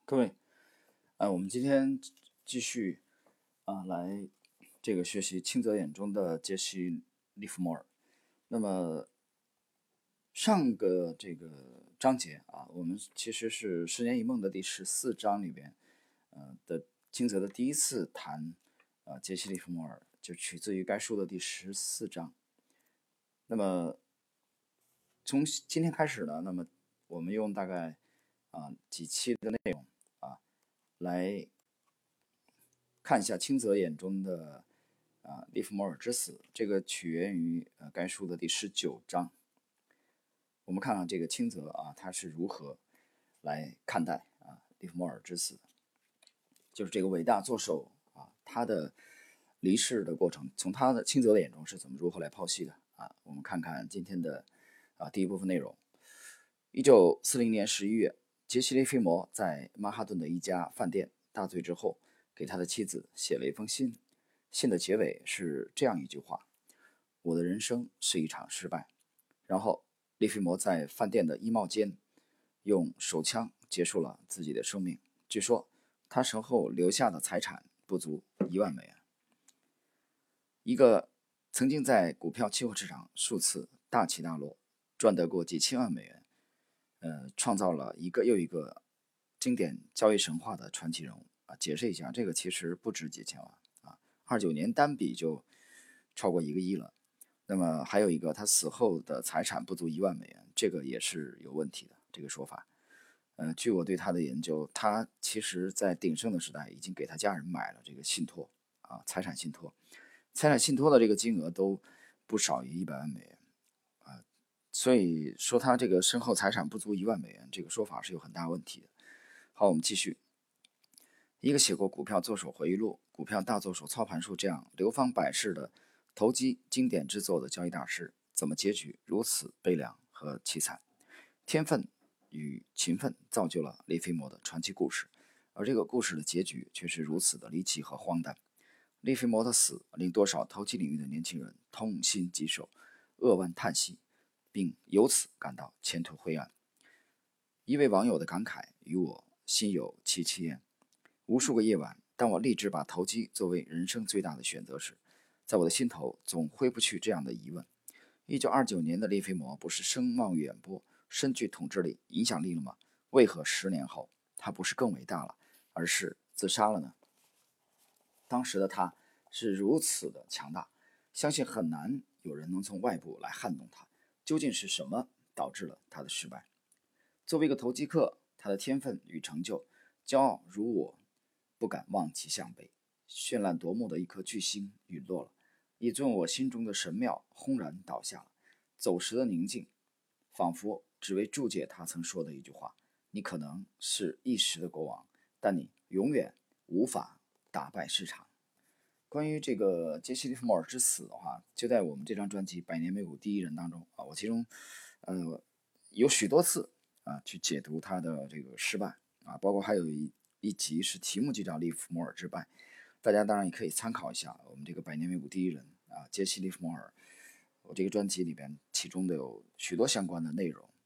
各位，我们今天继续来这个学习清泽眼中的杰西·利弗莫尔。那么上个这个章节我们其实是《十年一梦》的第14章里边的清泽的第一次谈杰西·利弗莫尔，就取自于该书的第14章。那么从今天开始呢，那么我们用大概几期的内容来看一下清泽眼中的利弗莫尔之死，这个起源于该书的第19章。我们看看这个清泽他是如何来看待利弗莫尔之死的，就是这个伟大作手他的离世的过程，从他的清泽的眼中是如何来剖析的我们看看今天的第一部分内容。1940年11月，杰西·利弗莫尔在曼哈顿的一家饭店大醉之后，给他的妻子写了一封信。信的结尾是这样一句话：我的人生是一场失败。然后利弗莫尔在饭店的衣帽间用手枪结束了自己的生命。据说他身后留下的财产不足1万美元。一个曾经在股票期货市场数次大起大落，赚得过几千万美元，创造了一个又一个经典交易神话的传奇人物解释一下，这个其实不止几千万29年单笔就超过1个亿了。那么还有一个，他死后的财产不足1万美元，这个也是有问题的这个说法。据我对他的研究，他其实在鼎盛的时代已经给他家人买了这个信托财产信托，财产信托的这个金额都不少于100万美元所以说他这个身后财产不足1万美元，这个说法是有很大问题的。好，我们继续。一个写过《股票作手回忆录》《股票大作手操盘术》这样流芳百世的投机经典之作的交易大师，怎么结局如此悲凉和凄惨？天分与勤奋造就了利弗莫尔的传奇故事，而这个故事的结局却是如此的离奇和荒诞。利弗莫尔的死令多少投机领域的年轻人痛心疾首、扼腕叹息，并由此感到前途灰暗。一位网友的感慨与我心有戚戚焉。无数个夜晚，当我立志把投机作为人生最大的选择时，在我的心头总挥不去这样的疑问：1929年的利弗莫尔不是声望远播、深具统治力、影响力了吗？为何10年后他不是更伟大了，而是自杀了呢？当时的他是如此的强大，相信很难有人能从外部来撼动他。究竟是什么导致了他的失败？作为一个投机客，他的天分与成就，骄傲如我，不敢望其项背。绚烂夺目的一颗巨星陨落了，一尊我心中的神庙轰然倒下了。走时的宁静，仿佛只为注解他曾说的一句话：你可能是一时的国王，但你永远无法打败市场。关于这个杰西·利弗莫尔之死的话，就在我们这张专辑《百年美股第一人》当中我其中有许多次去解读他的这个失败包括还有一集是题目就叫利弗莫尔之败，大家当然也可以参考一下我们这个百年美股第一人杰西·利弗莫尔，我这个专辑里边其中的有许多相关的内容。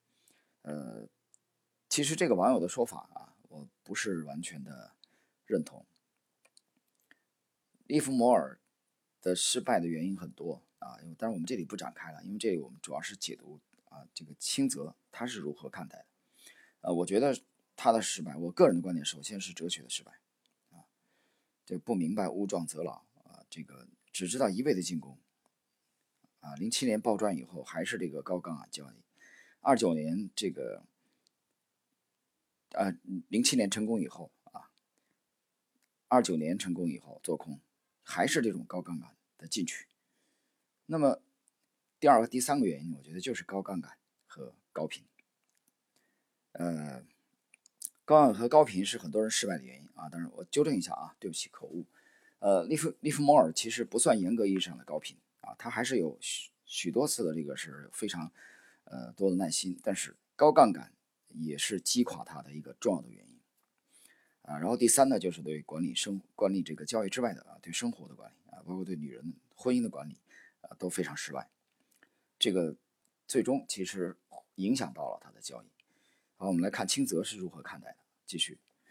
其实这个网友的说法我不是完全的认同。利弗莫尔的失败的原因很多当然我们这里不展开了，因为这里我们主要是解读这个清泽他是如何看待的。我觉得他的失败，我个人的观点，首先是哲学的失败这不明白物壮则老这个只知道一味的进攻07年暴赚以后还是这个高杠杆交易，29年这个07年成功以后29年成功以后做空，还是这种高杠杆的进取。那么第二个、第三个原因，我觉得就是高杠杆和高频。高杠杆和高频是很多人失败的原因当然我纠正一下对不起口误。利弗莫尔其实不算严格意义上的高频他还是有许多次的这个是非常多的耐心，但是高杠杆也是击垮他的一个重要的原因然后第三呢，就是对管理这个交易之外的对生活的管理包括对女人婚姻的管理都非常失败。这个最终其实影响到了他的交易。好，我们来看清泽是如何看待的。继续，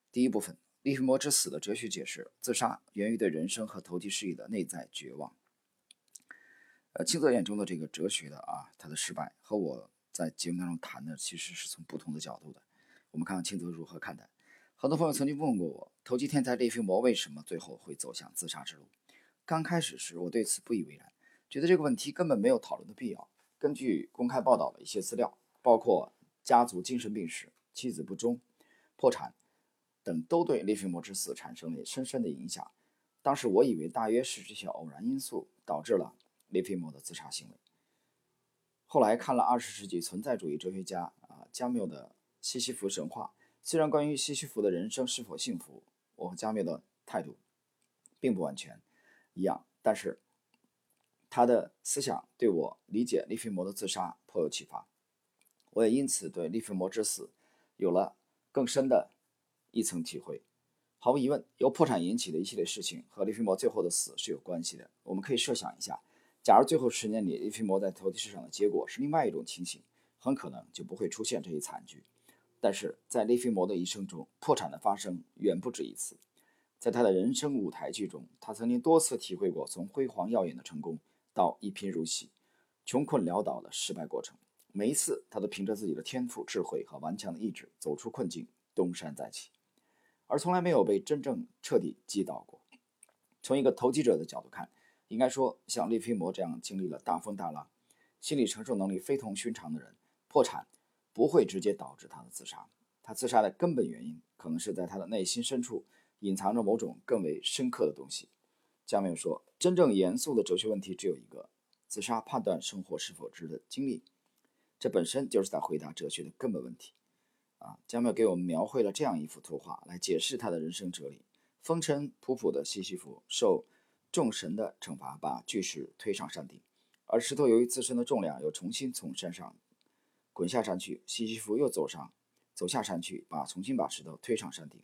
第一部分，利弗莫之死的哲学解释：自杀源于对人生和投机事业的内在绝望。清泽眼中的这个哲学的他的失败和我在节目当中谈的其实是从不同的角度的。我们看看清泽如何看待。很多朋友曾经问过我，投机天才利弗莫为什么最后会走向自杀之路？刚开始时我对此不以为然，觉得这个问题根本没有讨论的必要。根据公开报道的一些资料，包括家族精神病史、妻子不忠、破产等，都对利弗莫之死产生了深深的影响。当时我以为大约是这些偶然因素导致了利弗莫的自杀行为。后来看了20世纪存在主义哲学家加缪的西西弗神话，虽然关于西西弗的人生是否幸福，我和加缪的态度并不完全一样，但是他的思想对我理解利弗莫的自杀颇有启发。我也因此对利弗莫之死有了更深的一层体会。毫无疑问，由破产引起的一系列事情和利弗莫最后的死是有关系的。我们可以设想一下，假如最后10年里利弗莫在投机市场的结果是另外一种情形，很可能就不会出现这一惨剧。但是在利弗莫的一生中，破产的发生远不止一次。在他的人生舞台剧中，他曾经多次体会过从辉煌耀眼的成功到一贫如洗、穷困潦倒的失败过程。每一次，他都凭着自己的天赋、智慧和顽强的意志走出困境，东山再起，而从来没有被真正彻底击倒过。从一个投机者的角度看，应该说，像利弗莫这样经历了大风大浪、心理承受能力非同寻常的人，破产不会直接导致他的自杀。他自杀的根本原因，可能是在他的内心深处隐藏着某种更为深刻的东西。加缪说，真正严肃的哲学问题只有一个：自杀判断生活是否值得经历。这本身就是在回答哲学的根本问题。加缪给我们描绘了这样一幅图画来解释他的人生哲理。风尘仆仆的西西弗受众神的惩罚，把巨石推上山顶，而石头由于自身的重量又重新从山上滚下山去，西西弗又走下山去，重新把石头推上山顶。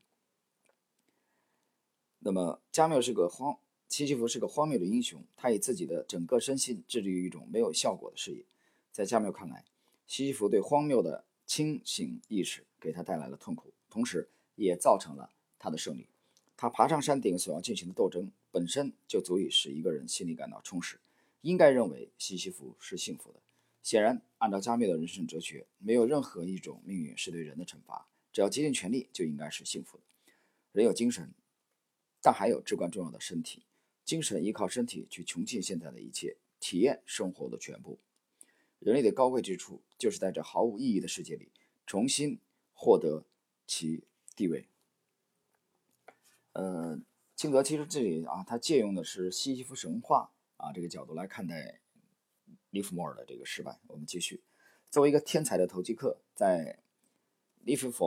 那么西西弗是个荒谬的英雄，他以自己的整个身心致力于一种没有效果的事业。在加缪看来，西西弗对荒谬的清醒意识给他带来了痛苦，同时也造成了他的胜利。他爬上山顶所要进行的斗争本身就足以使一个人心里感到充实，应该认为西西弗是幸福的。显然，按照加缪的人生哲学，没有任何一种命运是对人的惩罚，只要竭尽全力就应该是幸福的。人有精神，但还有至关重要的身体。精神依靠身体去穷尽现在的一切，体验生活的全部。人类的高贵之处，就是在这毫无意义的世界里，重新获得其地位。清泽其实这里他借用的是西西弗神话这个角度来看待利弗莫尔的这个失败。我们继续，作为一个天才的投机客，在利弗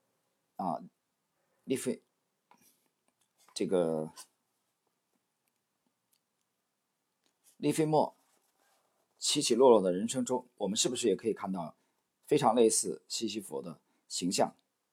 莫起起落落的人生中，我们是不是也可以看到非常类似西西弗的形象？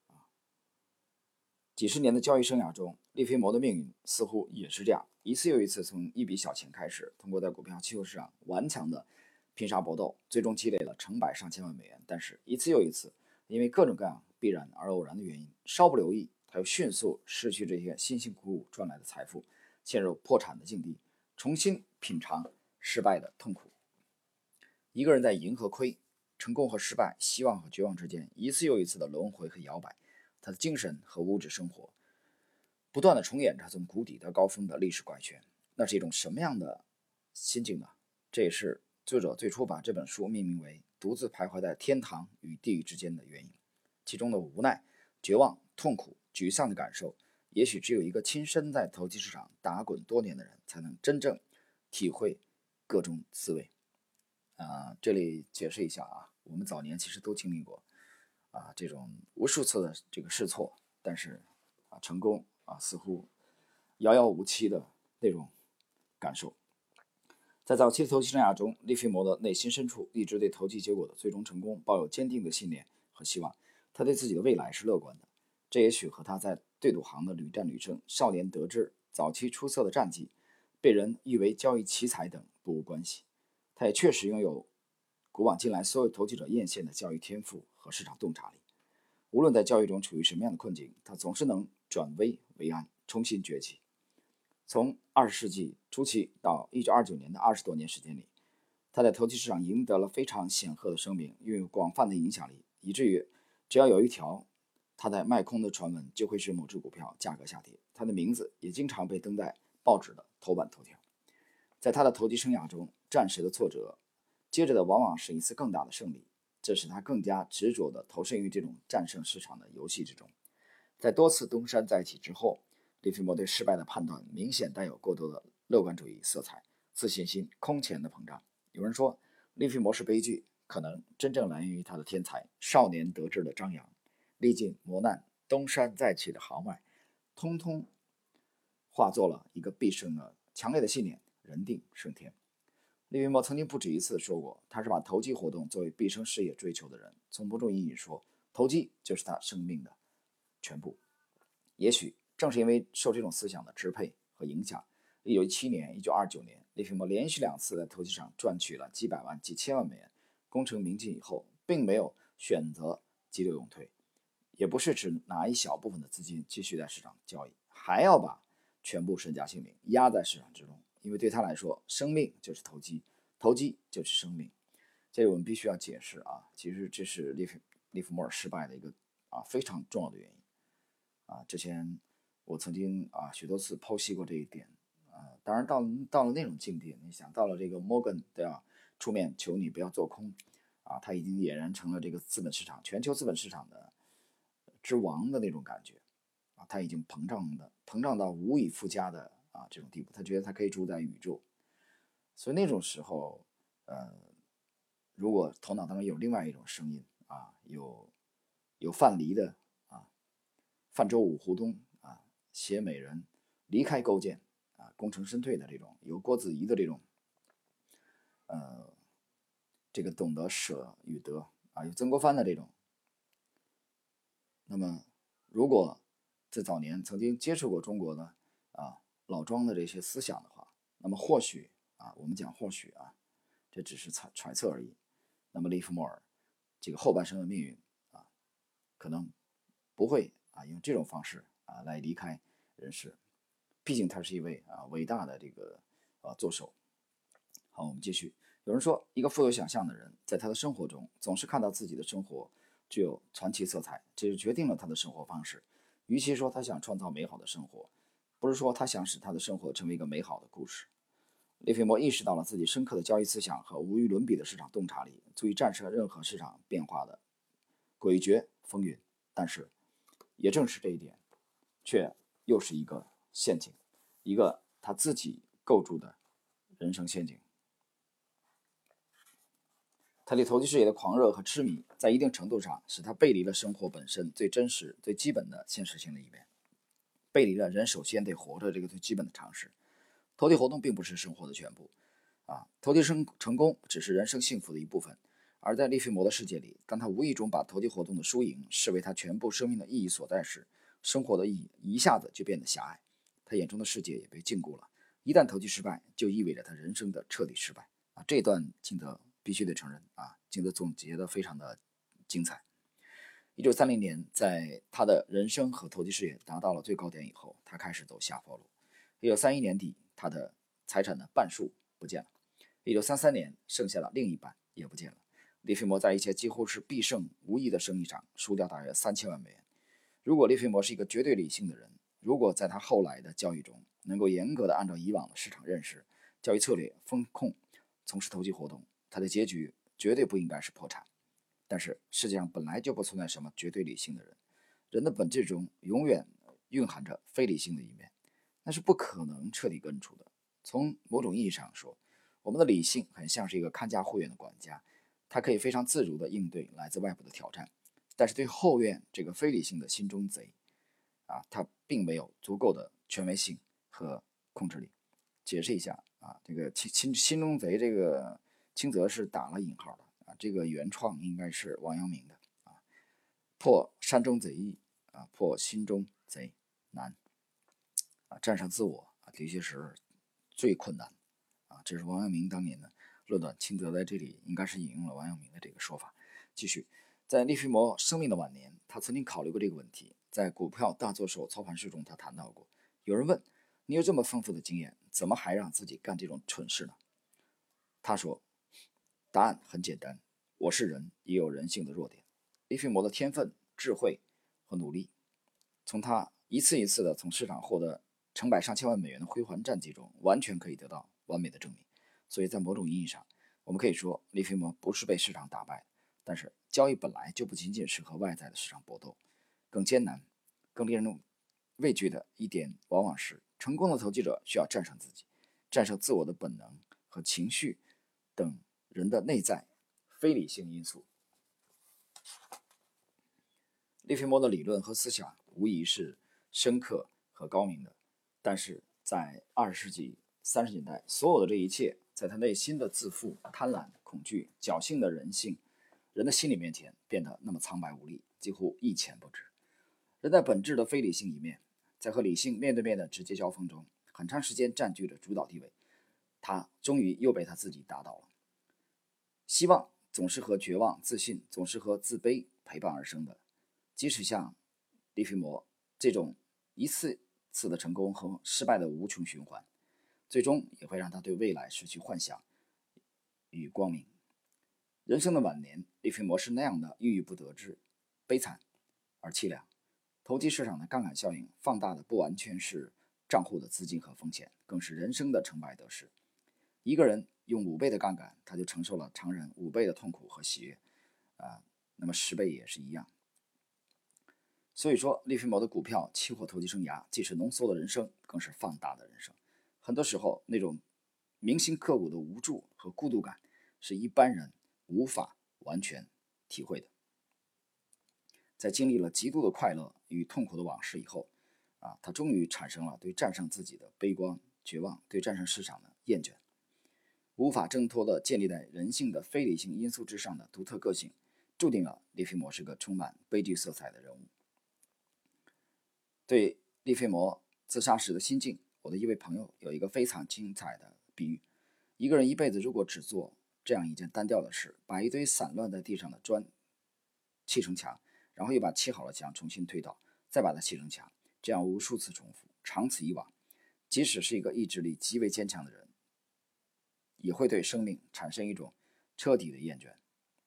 几十年的交易生涯中，利弗莫的命运似乎也是这样，一次又一次从一笔小钱开始，通过在股票期货市场顽强的拼杀搏斗，最终积累了成百上千万美元。但是，一次又一次，因为各种各样必然而偶然的原因，稍不留意，他又迅速失去这些辛辛苦苦赚来的财富，陷入破产的境地，重新品尝失败的痛苦。一个人在赢和亏、成功和失败、希望和绝望之间，一次又一次的轮回和摇摆，他的精神和物质生活不断的重演着从谷底到高峰的历史怪圈。那是一种什么样的心境呢？这也是作者最初把这本书命名为《独自徘徊在天堂与地狱之间》的原因。其中的无奈、绝望、痛苦、沮丧的感受，也许只有一个亲身在投机市场打滚多年的人才能真正体会各种滋味。这里解释一下我们早年其实都经历过这种无数次的这个试错，但是成功似乎遥遥无期的那种感受。在早期的投机生涯中，利弗莫的内心深处一直对投机结果的最终成功抱有坚定的信念和希望，他对自己的未来是乐观的。这也许和他在对赌行的屡战屡胜、少年得志、早期出色的战绩、被人誉为交易奇才等不无关系。他也确实拥有古往今来所有投机者艳羡的交易天赋和市场洞察力。 无论在教育中处于什么样的困境，他总是能转危为安，重新崛起。从20世纪初期到1929年的20多年时间里，他在投机市场赢得了非常显赫的声名，拥有广泛的影响力，以至于只要有一条他在卖空的传闻，就会使某只股票价格下跌。他的名字也经常被登在报纸的头版头条。在他的投机生涯中，暂时的挫折，接着的往往是一次更大的胜利，这使他更加执着地投身于这种战胜市场的游戏之中。在多次东山再起之后，利弗莫对失败的判断明显带有过多的乐观主义色彩，自信心空前的膨胀。有人说，利弗莫是悲剧，可能真正来源于他的天才，少年得志的张扬，历尽磨难东山再起的豪迈，通通化作了一个毕生的强烈的信念：人定胜天。利弗莫曾经不止一次说过，他是把投机活动作为毕生事业追求的人。从某种意义说，投机就是他生命的全部。也许正是因为受这种思想的支配和影响，1917年、1929年，利弗莫连续2次在投机上赚取了几百万、几千万美元。功成名就以后，并没有选择急流勇退，也不是只拿一小部分的资金继续在市场交易，还要把全部身家性命压在市场之中。因为对他来说，生命就是投机，投机就是生命。这个我们必须要解释啊，其实这是利弗莫尔失败的一个非常重要的原因。之前我曾经许多次剖析过这一点。当然到了那种境地，你想到了这个摩根都要出面求你不要做空他已经俨然成了这个资本市场全球资本市场的之王的那种感觉他已经膨胀到无以复加的这种地步，他觉得他可以主宰宇宙。所以那种时候如果头脑当中有另外一种声音有范蠡的泛舟五湖东携美人离开勾践功成身退的这种，有郭子仪的这种这个懂得舍与得有曾国藩的这种。那么如果在早年曾经接触过中国的老庄的这些思想的话，那么或许我们讲或许这只是揣测而已。那么利弗莫尔这个后半生的命运可能不会用这种方式来离开人世。毕竟他是一位伟大的这个作手。好，我们继续。有人说，一个富有想象的人，在他的生活中总是看到自己的生活具有传奇色彩，这就决定了他的生活方式。与其说他想创造美好的生活，不是说他想使他的生活成为一个美好的故事。利弗莫意识到了自己深刻的交易思想和无与伦比的市场洞察力，足以战胜任何市场变化的诡谲风云。但是，也正是这一点，却又是一个陷阱，一个他自己构筑的人生陷阱。他对投机事业的狂热和痴迷，在一定程度上使他背离了生活本身最真实、最基本的现实性的一面，背离了人首先得活着这个最基本的常识。投机活动并不是生活的全部投机成功只是人生幸福的一部分。而在利弗莫的世界里，当他无意中把投机活动的输赢视为他全部生命的意义所在时，生活的意义一下子就变得狭隘，他眼中的世界也被禁锢了。一旦投机失败，就意味着他人生的彻底失败这段金德必须得承认金德总结的非常的精彩。1930年，在他的人生和投机事业达到了最高点以后，他开始走下坡路。1931年底，他的财产的半数不见了。1933年，剩下的另一半也不见了。利弗莫在一些几乎是必胜无疑的生意上输掉大约3000万美元。如果利弗莫是一个绝对理性的人，如果在他后来的交易中能够严格的按照以往的市场认识、交易策略、风控从事投机活动，他的结局绝对不应该是破产。但是世界上本来就不存在什么绝对理性的人，人的本质中永远蕴含着非理性的一面，那是不可能彻底根除的。从某种意义上说，我们的理性很像是一个看家护院的管家，他可以非常自如地应对来自外部的挑战，但是对后院这个非理性的心中贼他并没有足够的权威性和控制力。解释一下这个心中贼这个轻则是打了引号的这个原创应该是王阳明的破山中贼易破心中贼难战胜自我的确是最困难这是王阳明当年的论断。轻则在这里应该是引用了王阳明的这个说法。继续， 在利弗莫生命的晚年，他曾经考虑过这个问题。在股票大作手操盘术中，他谈到过。有人问：你有这么丰富的经验，怎么还让自己干这种蠢事呢？他说：答案很简单，我是人，也有人性的弱点。利弗莫的天分、智慧和努力，从他一次一次的从市场获得成百上千万美元的辉煌战绩中，完全可以得到完美的证明。所以在某种意义上，我们可以说，利弗莫不是被市场打败，但是交易本来就不仅仅是和外在的市场搏斗，更艰难、更令人畏惧的一点，往往是成功的投机者需要战胜自己，战胜自我的本能和情绪等人的内在非理性因素。利弗莫的理论和思想无疑是深刻和高明的，但是在20世纪30年代，所有的这一切，在他内心的自负、贪婪、恐惧、侥幸的人的心理面前变得那么苍白无力，几乎一钱不值。人在本质的非理性一面，在和理性面对面的直接交锋中，很长时间占据着主导地位。他终于又被他自己打倒了。希望总是和绝望，自信总是和自卑陪伴而生的。即使像利弗莫这种一次次的成功和失败的无穷循环，最终也会让他对未来失去幻想与光明。人生的晚年，利弗莫是那样的郁郁不得志、悲惨而凄凉。投机市场的杠杆效应放大的不完全是账户的资金和风险，更是人生的成败得失。一个人用5倍的杠杆，他就承受了常人5倍的痛苦和喜悦，那么10倍也是一样。所以说，利弗莫的股票期货投机生涯既是浓缩的人生，更是放大的人生。很多时候，那种铭心刻骨的无助和孤独感，是一般人无法完全体会的。在经历了极度的快乐与痛苦的往事以后，他终于产生了对战胜自己的悲观、绝望，对战胜市场的厌倦。无法挣脱的建立在人性的非理性因素之上的独特个性，注定了利弗莫是个充满悲剧色彩的人物。对利弗莫自杀时的心境，我的一位朋友有一个非常精彩的比喻：一个人一辈子如果只做这样一件单调的事，把一堆散乱在地上的砖砌成墙，然后又把砌好的墙重新推倒，再把它砌成墙，这样无数次重复，长此以往，即使是一个意志力极为坚强的人，也会对生命产生一种彻底的厌倦，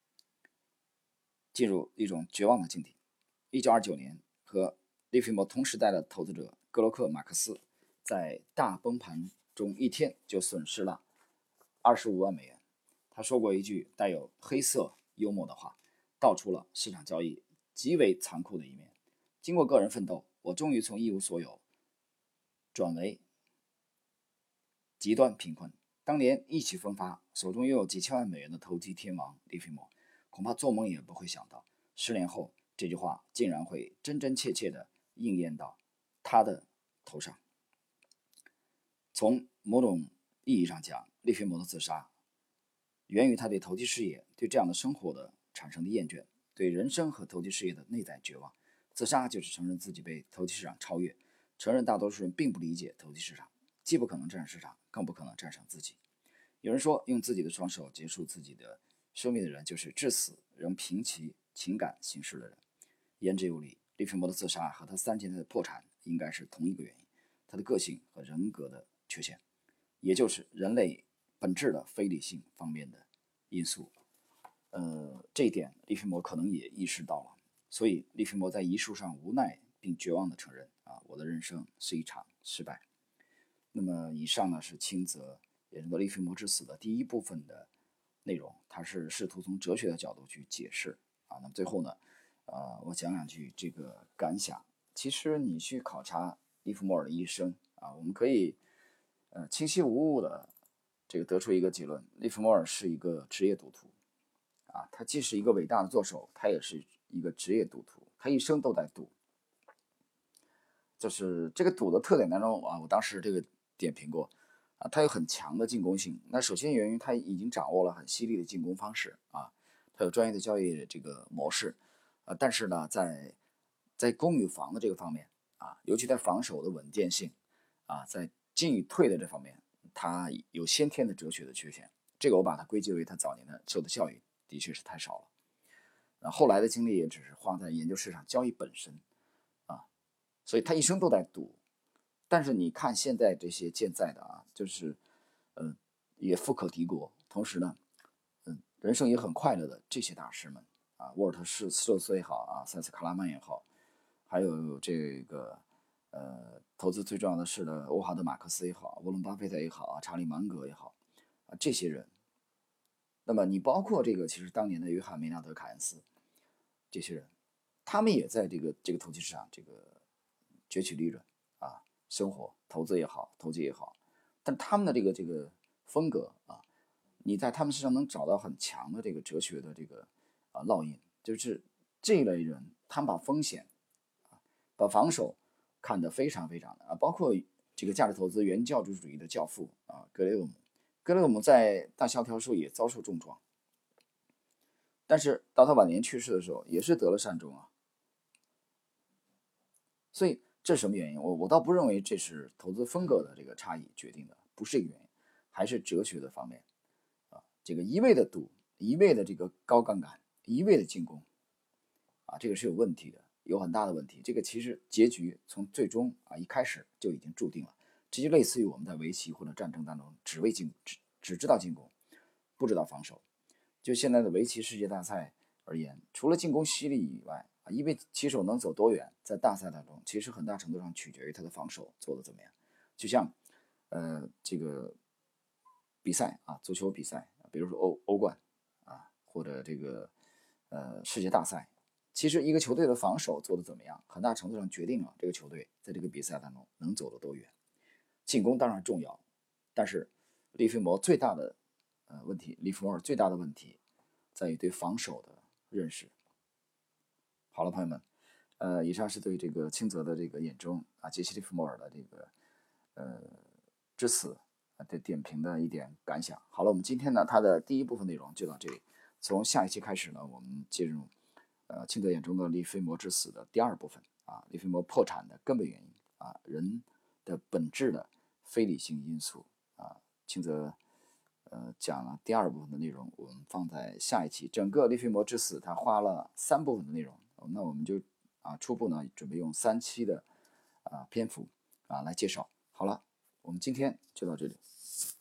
进入一种绝望的境地。1929年，和利弗莫同时代的投资者格罗克·马克思在大崩盘中一天就损失了25万美元。他说过一句带有黑色幽默的话，道出了市场交易极为残酷的一面。经过个人奋斗，我终于从一无所有转为极端贫困。当年意气风发，手中拥有几千万美元的投机天王利弗莫，恐怕做梦也不会想到，10年后这句话竟然会真真切切地应验到他的头上。从某种意义上讲，利弗莫的自杀源于他对投机事业、对这样的生活的产生的厌倦，对人生和投机事业的内在绝望。自杀就是承认自己被投机市场超越，承认大多数人并不理解投机市场，既不可能战胜市场，更不可能战胜自己。有人说，用自己的双手结束自己的生命的人，就是至死仍凭其情感行事的人。言之有理，利弗莫的自杀和他30年的破产应该是同一个原因，他的个性和人格的缺陷，也就是人类本质的非理性方面的因素。这一点利弗莫可能也意识到了，所以利弗莫在遗书上无奈并绝望地承认：我的人生是一场失败。那么以上呢是清则也就是利弗莫之死的第一部分的内容，他是试图从哲学的角度去解释。那么最后呢，我讲两句这个感想。其实你去考察利弗莫尔的一生我们可以清晰无误的这个得出一个结论：利弗莫尔是一个职业赌徒他既是一个伟大的作手，他也是一个职业赌徒，他一生都在赌。就是这个赌的特点当中我当时这个点评过他有很强的进攻性。那首先源于他已经掌握了很犀利的进攻方式他有专业的交易这个模式但是呢，在攻与防的这个方面尤其在防守的稳健性在进与退的这方面，他有先天的哲学的缺陷。这个我把它归结为他早年的受的教育的确是太少了。 后来的精力也只是花在研究市场交易本身啊，所以他一生都在赌。但是你看现在这些健在的啊，就是也富可敌国，同时呢，人生也很快乐的这些大师们啊，沃尔特斯特斯也好啊，塞斯·卡拉曼也好，还有这个投资最重要的是的欧华德·马克思也好，沃伦·巴菲特也好啊，查理·芒格也好啊，这些人。那么你包括这个，其实当年的约翰·梅纳德·凯恩斯这些人，他们也在这个投机市场攫取利润啊，生活投资也好，投机也好，但他们的这个风格啊，你在他们身上能找到很强的这个哲学的这个烙印，就是这一类人，他们把风险把防守看得非常非常的包括这个价值投资原教旨主义的教父啊，格雷厄姆。格雷厄姆在大萧条时候也遭受重创，但是到他晚年去世的时候也是得了善终啊。所以这是什么原因？我倒不认为这是投资风格的这个差异决定的，不是一个原因，还是哲学的方面啊。这个一味的赌，一味的这个高杠杆，一味的进攻啊，这个是有问题的，有很大的问题。这个其实结局从最终一开始就已经注定了。这就类似于我们在围棋或者战争当中只知道进攻，不知道防守。就现在的围棋世界大赛而言，除了进攻犀利以外一位棋手能走多远，在大赛当中其实很大程度上取决于他的防守做得怎么样。就像这个比赛足球比赛，比如说欧冠或者这个世界大赛，其实一个球队的防守做得怎么样，很大程度上决定了这个球队在这个比赛当中能走得多远。进攻当然重要，但是利弗莫尔最大的问题在于对防守的认识。好了，朋友们，以上是对这个清泽的这个眼中杰西·利弗莫尔的这个之死的点评的一点感想。好了，我们今天呢，他的第一部分内容就到这里。从下一期开始呢，我们进入清泽眼中的利菲摩之死的第二部分利菲摩破产的根本原因人的本质的非理性因素清泽讲了第二部分的内容，我们放在下一期。整个利菲摩之死他花了3部分的内容，那我们就初步呢准备用3期的篇幅来介绍。好了，我们今天就到这里。